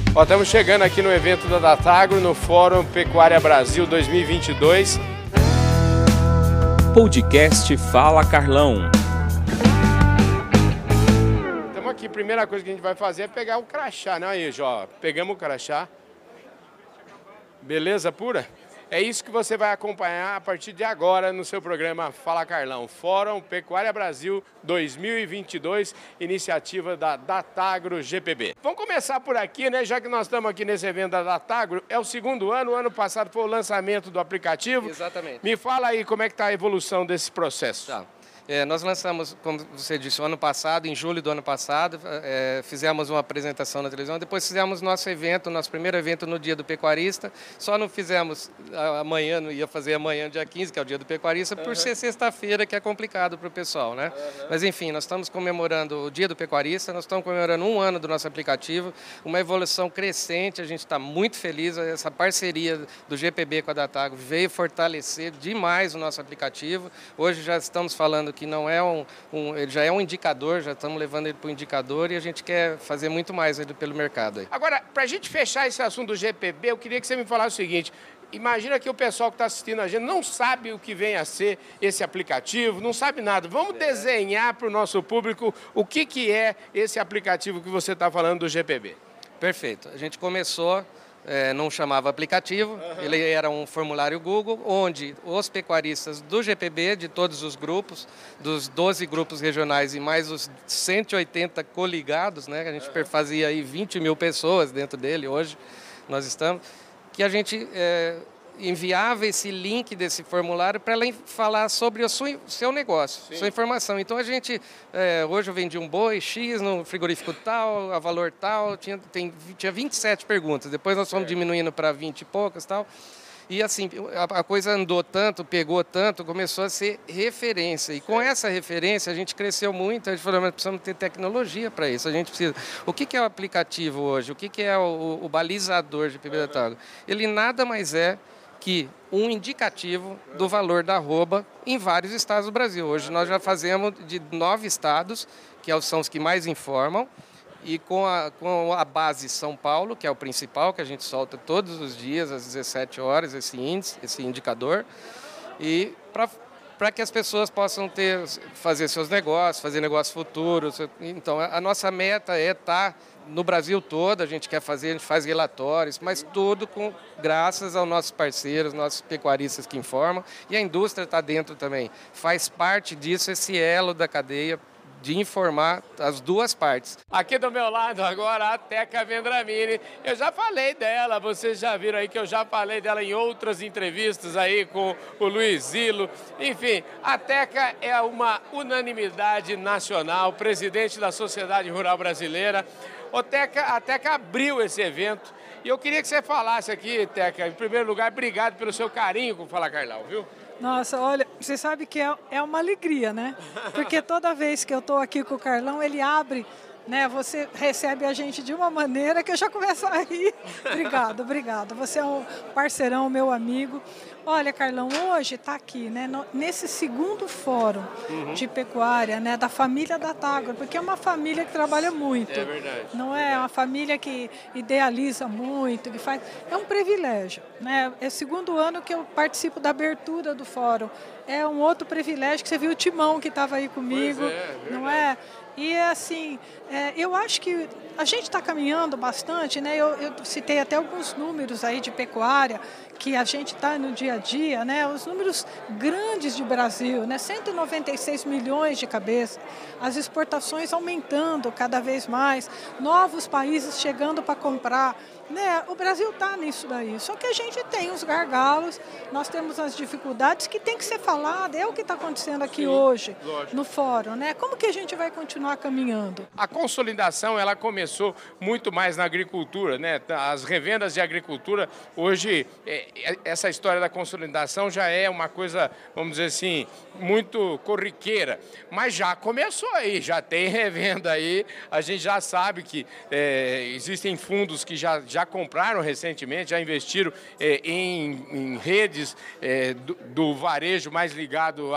Ó, estamos chegando aqui no evento da Datagro, no Fórum Pecuária Brasil 2022. Podcast Fala Carlão. Estamos aqui, primeira coisa que a gente vai fazer é pegar o crachá, né? Aí, Jó, pegamos o crachá. Beleza pura? É isso que você vai acompanhar a partir de agora no seu programa Fala Carlão, Fórum Pecuária Brasil 2022, iniciativa da Datagro GPB. Vamos começar por aqui, né? Já que nós estamos aqui nesse evento da Datagro, é o segundo ano, o ano passado foi o lançamento do aplicativo. Exatamente. Me fala aí como é que está a evolução desse processo. Tá. Nós lançamos, como você disse, o ano passado, em julho do ano passado, fizemos uma apresentação na televisão, depois fizemos nosso primeiro evento no Dia do Pecuarista, só não fizemos amanhã, não ia fazer amanhã, dia 15, que é o Dia do Pecuarista, por ser sexta-feira, que é complicado para o pessoal, né? Mas enfim, nós estamos comemorando o Dia do Pecuarista, nós estamos comemorando um ano do nosso aplicativo, uma evolução crescente, a gente está muito feliz, essa parceria do GPB com a Datagro veio fortalecer demais o nosso aplicativo. Hoje já estamos falando que não é ele já é um indicador, já estamos levando ele para o indicador e a gente quer fazer muito mais pelo mercado aí. Agora, para a gente fechar esse assunto do GPB, eu queria que você me falasse o seguinte: imagina que o pessoal que está assistindo a gente não sabe o que vem a ser esse aplicativo, não sabe nada. Vamos desenhar para o nosso público o que é esse aplicativo que você está falando do GPB. Perfeito. A gente começou... não chamava aplicativo, ele era um formulário Google, onde os pecuaristas do GPB, de todos os grupos, dos 12 grupos regionais e mais os 180 coligados, né, que a gente fazia aí 20 mil pessoas dentro dele, hoje nós estamos, que a gente enviava esse link desse formulário para ela falar sobre o seu negócio, sua informação. Então a gente, hoje eu vendi um boi X no frigorífico tal, a valor tal, tinha 27 perguntas, depois nós fomos diminuindo para 20 e poucas tal. E assim, a coisa andou tanto, pegou tanto, começou a ser referência. E com essa referência a gente cresceu muito, a gente falou, mas precisamos ter tecnologia para isso. A gente precisa. O que é o aplicativo hoje? O que é o balizador de PB Datagro? Ele nada mais é que um indicativo do valor da arroba em vários estados do Brasil. Hoje nós já fazemos de 9 estados, que são os que mais informam, e com a base São Paulo, que é o principal, que a gente solta todos os dias, às 17 horas, esse índice, esse indicador, e para que as pessoas possam fazer seus negócios, fazer negócios futuros. Então, a nossa meta é estar no Brasil todo, a gente faz relatórios, mas tudo graças aos nossos parceiros, nossos pecuaristas que informam, e a indústria está dentro também. Faz parte disso esse elo da cadeia de informar as duas partes. Aqui do meu lado agora a Teca Vendramini. Eu já falei dela, vocês já viram aí que eu já falei dela em outras entrevistas aí com o Luiz Zilo. Enfim, a Teca é uma unanimidade nacional, presidente da Sociedade Rural Brasileira. A Teca abriu esse evento e eu queria que você falasse aqui, Teca, em primeiro lugar, obrigado pelo seu carinho com o Fala Carlão, viu? Nossa, olha, você sabe que é uma alegria, né? Porque toda vez que eu estou aqui com o Carlão, ele abre, né? Você recebe a gente de uma maneira que eu já começo a rir. Obrigado. Você é um parceirão, meu amigo. Olha, Carlão, hoje está aqui, né, nesse segundo fórum de pecuária, né, da família Datagro, porque é uma família que trabalha muito. É verdade. Não é uma família que idealiza muito, que faz. É um privilégio, né? É o segundo ano que eu participo da abertura do fórum. É um outro privilégio que você viu o Timão que estava aí comigo, não é? E assim, eu acho que a gente está caminhando bastante, né? Eu citei até alguns números aí de pecuária que a gente está no dia a dia, né? Os números grandes de Brasil, né? 196 milhões de cabeças, as exportações aumentando cada vez mais, novos países chegando para comprar, né? O Brasil está nisso daí, só que a gente tem os gargalos, nós temos as dificuldades que tem que ser falada, é o que está acontecendo aqui hoje, no fórum, né? Como que a gente vai continuar caminhando? A consolidação, ela começou muito mais na agricultura, né? As revendas de agricultura, hoje, essa história da consolidação já é uma coisa, vamos dizer assim, muito corriqueira, mas já começou aí, já tem revenda aí, a gente já sabe que existem fundos que já compraram recentemente, já investiram em redes do varejo mais ligado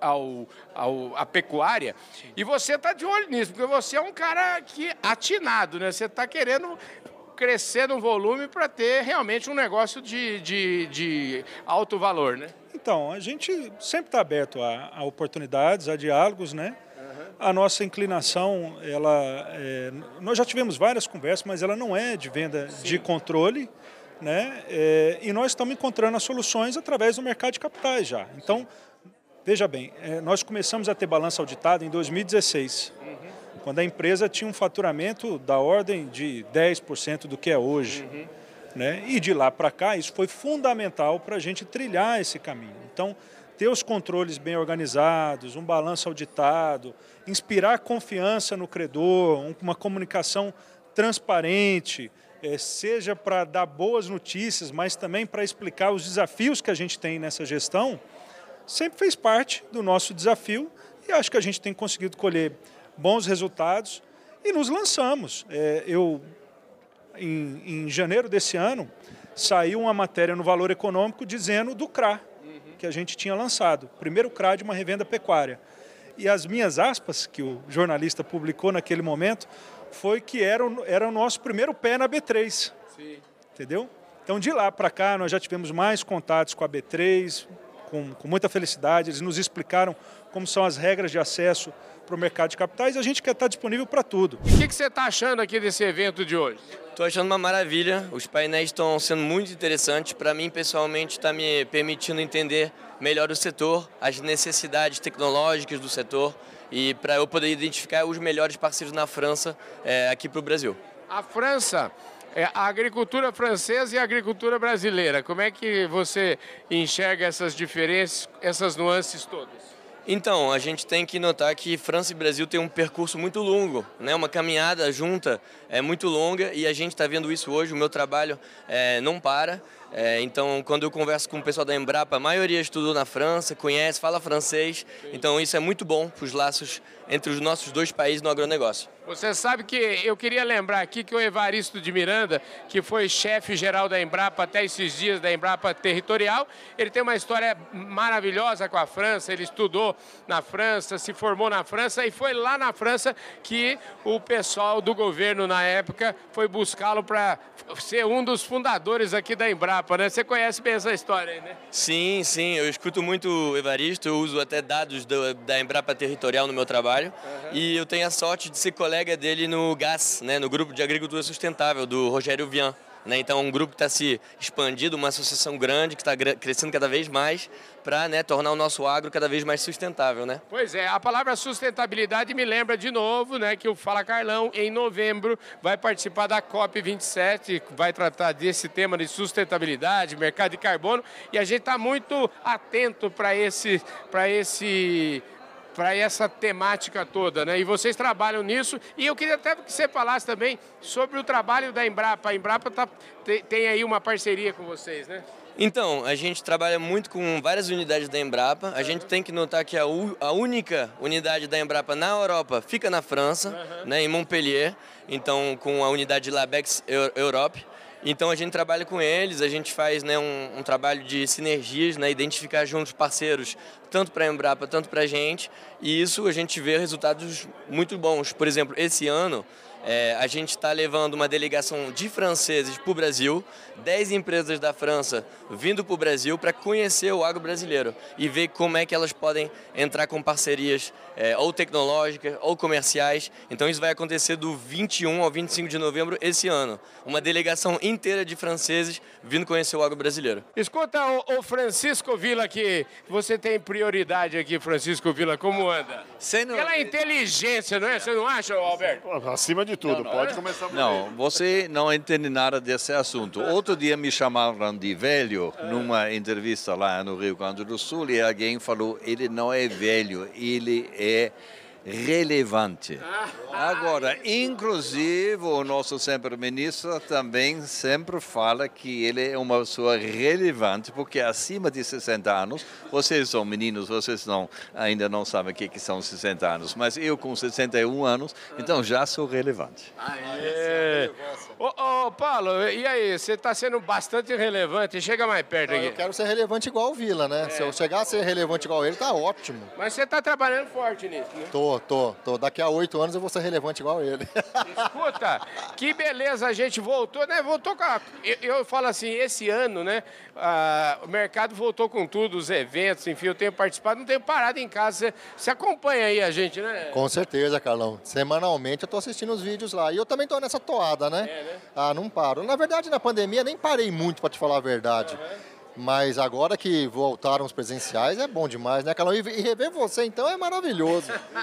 à pecuária, e você está de olho nisso, porque você é um cara atinado, né? Você está querendo crescer no volume para ter realmente um negócio de alto valor, né? Então, a gente sempre está aberto a oportunidades, a diálogos, né? A nossa inclinação, nós já tivemos várias conversas, mas ela não é de venda de controle, né? E nós estamos encontrando as soluções através do mercado de capitais já. Então, veja bem, nós começamos a ter balança auditada em 2016, quando a empresa tinha um faturamento da ordem de 10% do que é hoje. Né? E de lá para cá, isso foi fundamental para a gente trilhar esse caminho. Então, ter os controles bem organizados, um balanço auditado, inspirar confiança no credor, uma comunicação transparente, seja para dar boas notícias, mas também para explicar os desafios que a gente tem nessa gestão, sempre fez parte do nosso desafio e acho que a gente tem conseguido colher bons resultados e nos lançamos. Em janeiro desse ano, saiu uma matéria no Valor Econômico dizendo do CRA, que a gente tinha lançado, primeiro CRA de uma revenda pecuária. E as minhas aspas, que o jornalista publicou naquele momento, foi que era o nosso primeiro pé na B3. Sim. Entendeu? Então, de lá para cá, nós já tivemos mais contatos com a B3, com muita felicidade. Eles nos explicaram como são as regras de acesso para o mercado de capitais e a gente quer estar disponível para tudo. E o que você está achando aqui desse evento de hoje? Estou achando uma maravilha, os painéis estão sendo muito interessantes. Para mim, pessoalmente, está me permitindo entender melhor o setor, as necessidades tecnológicas do setor e para eu poder identificar os melhores parceiros na França aqui para o Brasil. A França, a agricultura francesa e a agricultura brasileira, como é que você enxerga essas diferenças, essas nuances todas? Então, a gente tem que notar que França e Brasil têm um percurso muito longo, né? Uma caminhada junta muito longa e a gente está vendo isso hoje, o meu trabalho não para. Então, quando eu converso com o pessoal da Embrapa, a maioria estudou na França, conhece, fala francês, então isso é muito bom para os laços entre os nossos dois países no agronegócio. Você sabe que eu queria lembrar aqui que o Evaristo de Miranda, que foi chefe-geral da Embrapa até esses dias, da Embrapa Territorial, ele tem uma história maravilhosa com a França, ele estudou na França, se formou na França e foi lá na França que o pessoal do governo na época foi buscá-lo para ser um dos fundadores aqui da Embrapa, né? Você conhece bem essa história aí, né? Sim, eu escuto muito o Evaristo, eu uso até dados da Embrapa Territorial no meu trabalho e eu tenho a sorte de ser colega dele no GAS, né, no Grupo de Agricultura Sustentável, do Rogério Vian. Né? Então, é um grupo que está se expandindo, uma associação grande, que está crescendo cada vez mais para tornar o nosso agro cada vez mais sustentável. Né? Pois é, a palavra sustentabilidade me lembra de novo, né, que o Fala Carlão, em novembro, vai participar da COP27, vai tratar desse tema de sustentabilidade, mercado de carbono, e a gente está muito atento para essa temática toda, né? E vocês trabalham nisso. E eu queria até que você falasse também sobre o trabalho da Embrapa. A Embrapa tem aí uma parceria com vocês, né? Então, a gente trabalha muito com várias unidades da Embrapa. A gente tem que notar que a única unidade da Embrapa na Europa fica na França, né, em Montpellier. Então, com a unidade Labex Europe. Então a gente trabalha com eles, a gente faz um trabalho de sinergias, identificar juntos parceiros, tanto para a Embrapa, tanto para a gente, e isso a gente vê resultados muito bons. Por exemplo, esse ano a gente está levando uma delegação de franceses para o Brasil, 10 empresas da França vindo para o Brasil para conhecer o agro brasileiro e ver como é que elas podem entrar com parcerias ou tecnológicas ou comerciais. Então isso vai acontecer do 21 ao 25 de novembro esse ano. Uma delegação inteira de franceses vindo conhecer o agro brasileiro. Escuta, o Francisco Villa, que você tem prioridade aqui, Francisco Villa, como anda? Aquela inteligência, não é? Você não acha, Alberto? Acima de tudo, pode começar por Não, você não entende nada desse assunto. Outro dia me chamaram de velho numa entrevista lá no Rio Grande do Sul e alguém falou, ele não é velho, ele é relevante. Agora, inclusive, o nosso sempre ministro também sempre fala que ele é uma pessoa relevante, porque acima de 60 anos, vocês são meninos, vocês ainda não sabem o que são 60 anos, mas eu com 61 anos, então já sou relevante. Ô, Paulo, e aí? Você está sendo bastante relevante. Chega mais perto aqui. Eu quero ser relevante igual o Villa, né? Se eu chegar a ser relevante igual ele, tá ótimo. Mas você está trabalhando forte nisso, né? Tô Tô. Daqui a 8 anos eu vou ser relevante igual ele. Escuta, que beleza, a gente voltou, né? Voltou com eu falo assim, esse ano, né? O mercado voltou com tudo, os eventos, enfim, eu tenho participado, não tenho parado em casa. Você acompanha aí a gente, né? Com certeza, Carlão. Semanalmente eu tô assistindo os vídeos lá. E eu também tô nessa toada, né? Ah, não paro. Na verdade, na pandemia nem parei muito, para te falar a verdade. Mas agora que voltaram os presenciais é bom demais, né, Carlão? E rever você, então, é maravilhoso.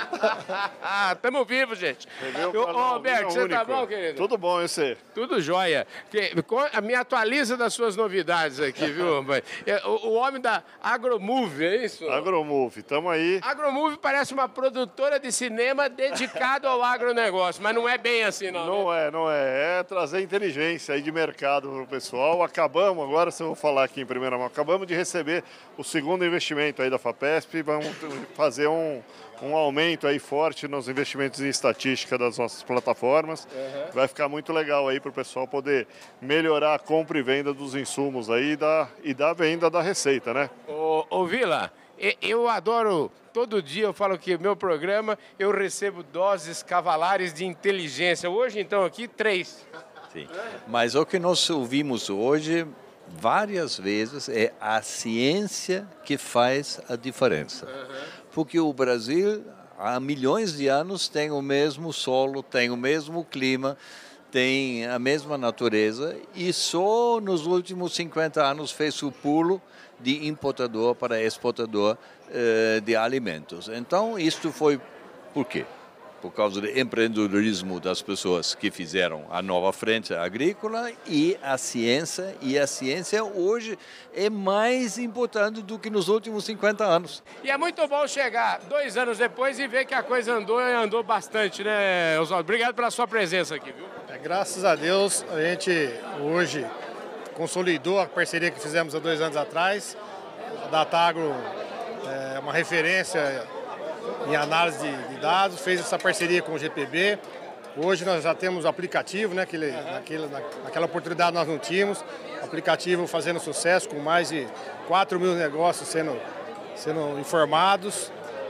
Tamo vivo, gente. Ô, Alberto, você tá bom, querido? Tudo bom, e você? Tudo jóia. Me atualiza das suas novidades aqui, viu? O homem da Agromove, é isso? Agromove, tamo aí. Agromove parece uma produtora de cinema dedicada ao agronegócio, mas não é bem assim, não. Não é. É trazer inteligência aí de mercado pro pessoal. Acabamos, agora se eu vou falar aqui em primeira mão, acabamos de receber o segundo investimento aí da FAPESP. Vamos fazer um aumento aí forte nos investimentos em estatística das nossas plataformas. Vai ficar muito legal aí para o pessoal poder melhorar a compra e venda dos insumos aí e da venda da receita, né? Ô Vila, eu adoro, todo dia eu falo que meu programa eu recebo doses cavalares de inteligência. Hoje então aqui 3. Sim. Mas o que nós ouvimos hoje várias vezes é a ciência que faz a diferença. Porque o Brasil, há milhões de anos, tem o mesmo solo, tem o mesmo clima, tem a mesma natureza e só nos últimos 50 anos fez o pulo de importador para exportador de alimentos. Então, isto foi por quê? Por causa do empreendedorismo das pessoas que fizeram a nova frente agrícola e a ciência hoje é mais importante do que nos últimos 50 anos. E é muito bom chegar 2 anos depois e ver que a coisa andou bastante, né, Oswaldo? Obrigado pela sua presença aqui, viu? Graças a Deus, a gente hoje consolidou a parceria que fizemos há 2 anos atrás. A Datagro é uma referência em análise de dados, fez essa parceria com o GPB. Hoje nós já temos o aplicativo, né, naquela oportunidade nós não tínhamos. O aplicativo fazendo sucesso, com mais de 4 mil negócios sendo informados.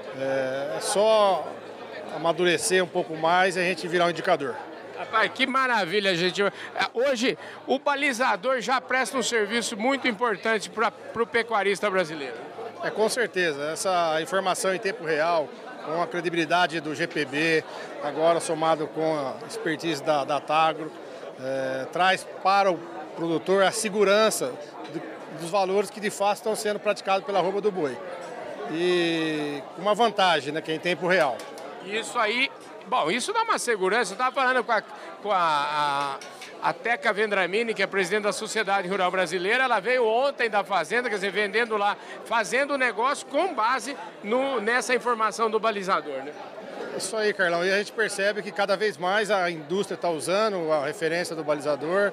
É só amadurecer um pouco mais e a gente virar um indicador. Rapaz, que maravilha, gente. Hoje, o balizador já presta um serviço muito importante para o pecuarista brasileiro. Com certeza. Essa informação em tempo real, com a credibilidade do GPB, agora somado com a expertise da Datagro, traz para o produtor a segurança dos valores que de fato estão sendo praticados pela arroba do boi. E uma vantagem, né, que é em tempo real. Isso aí, bom, isso dá uma segurança. Eu estava falando com a Teca Vendramini, que é presidente da Sociedade Rural Brasileira. Ela veio ontem da fazenda, quer dizer, vendendo lá, fazendo o negócio com base nessa informação do balizador, né? Isso aí, Carlão. E a gente percebe que cada vez mais a indústria está usando a referência do balizador,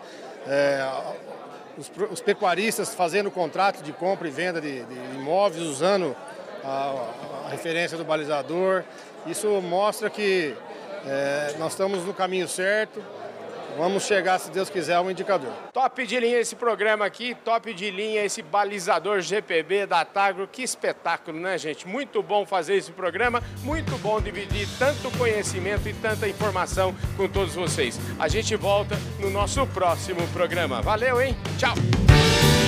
os pecuaristas fazendo contrato de compra e venda de imóveis usando a referência do balizador. Isso mostra que nós estamos no caminho certo. Vamos chegar, se Deus quiser, ao indicador. Top de linha esse programa aqui, top de linha esse balizador GPB da Datagro. Que espetáculo, né, gente? Muito bom fazer esse programa, muito bom dividir tanto conhecimento e tanta informação com todos vocês. A gente volta no nosso próximo programa. Valeu, hein? Tchau!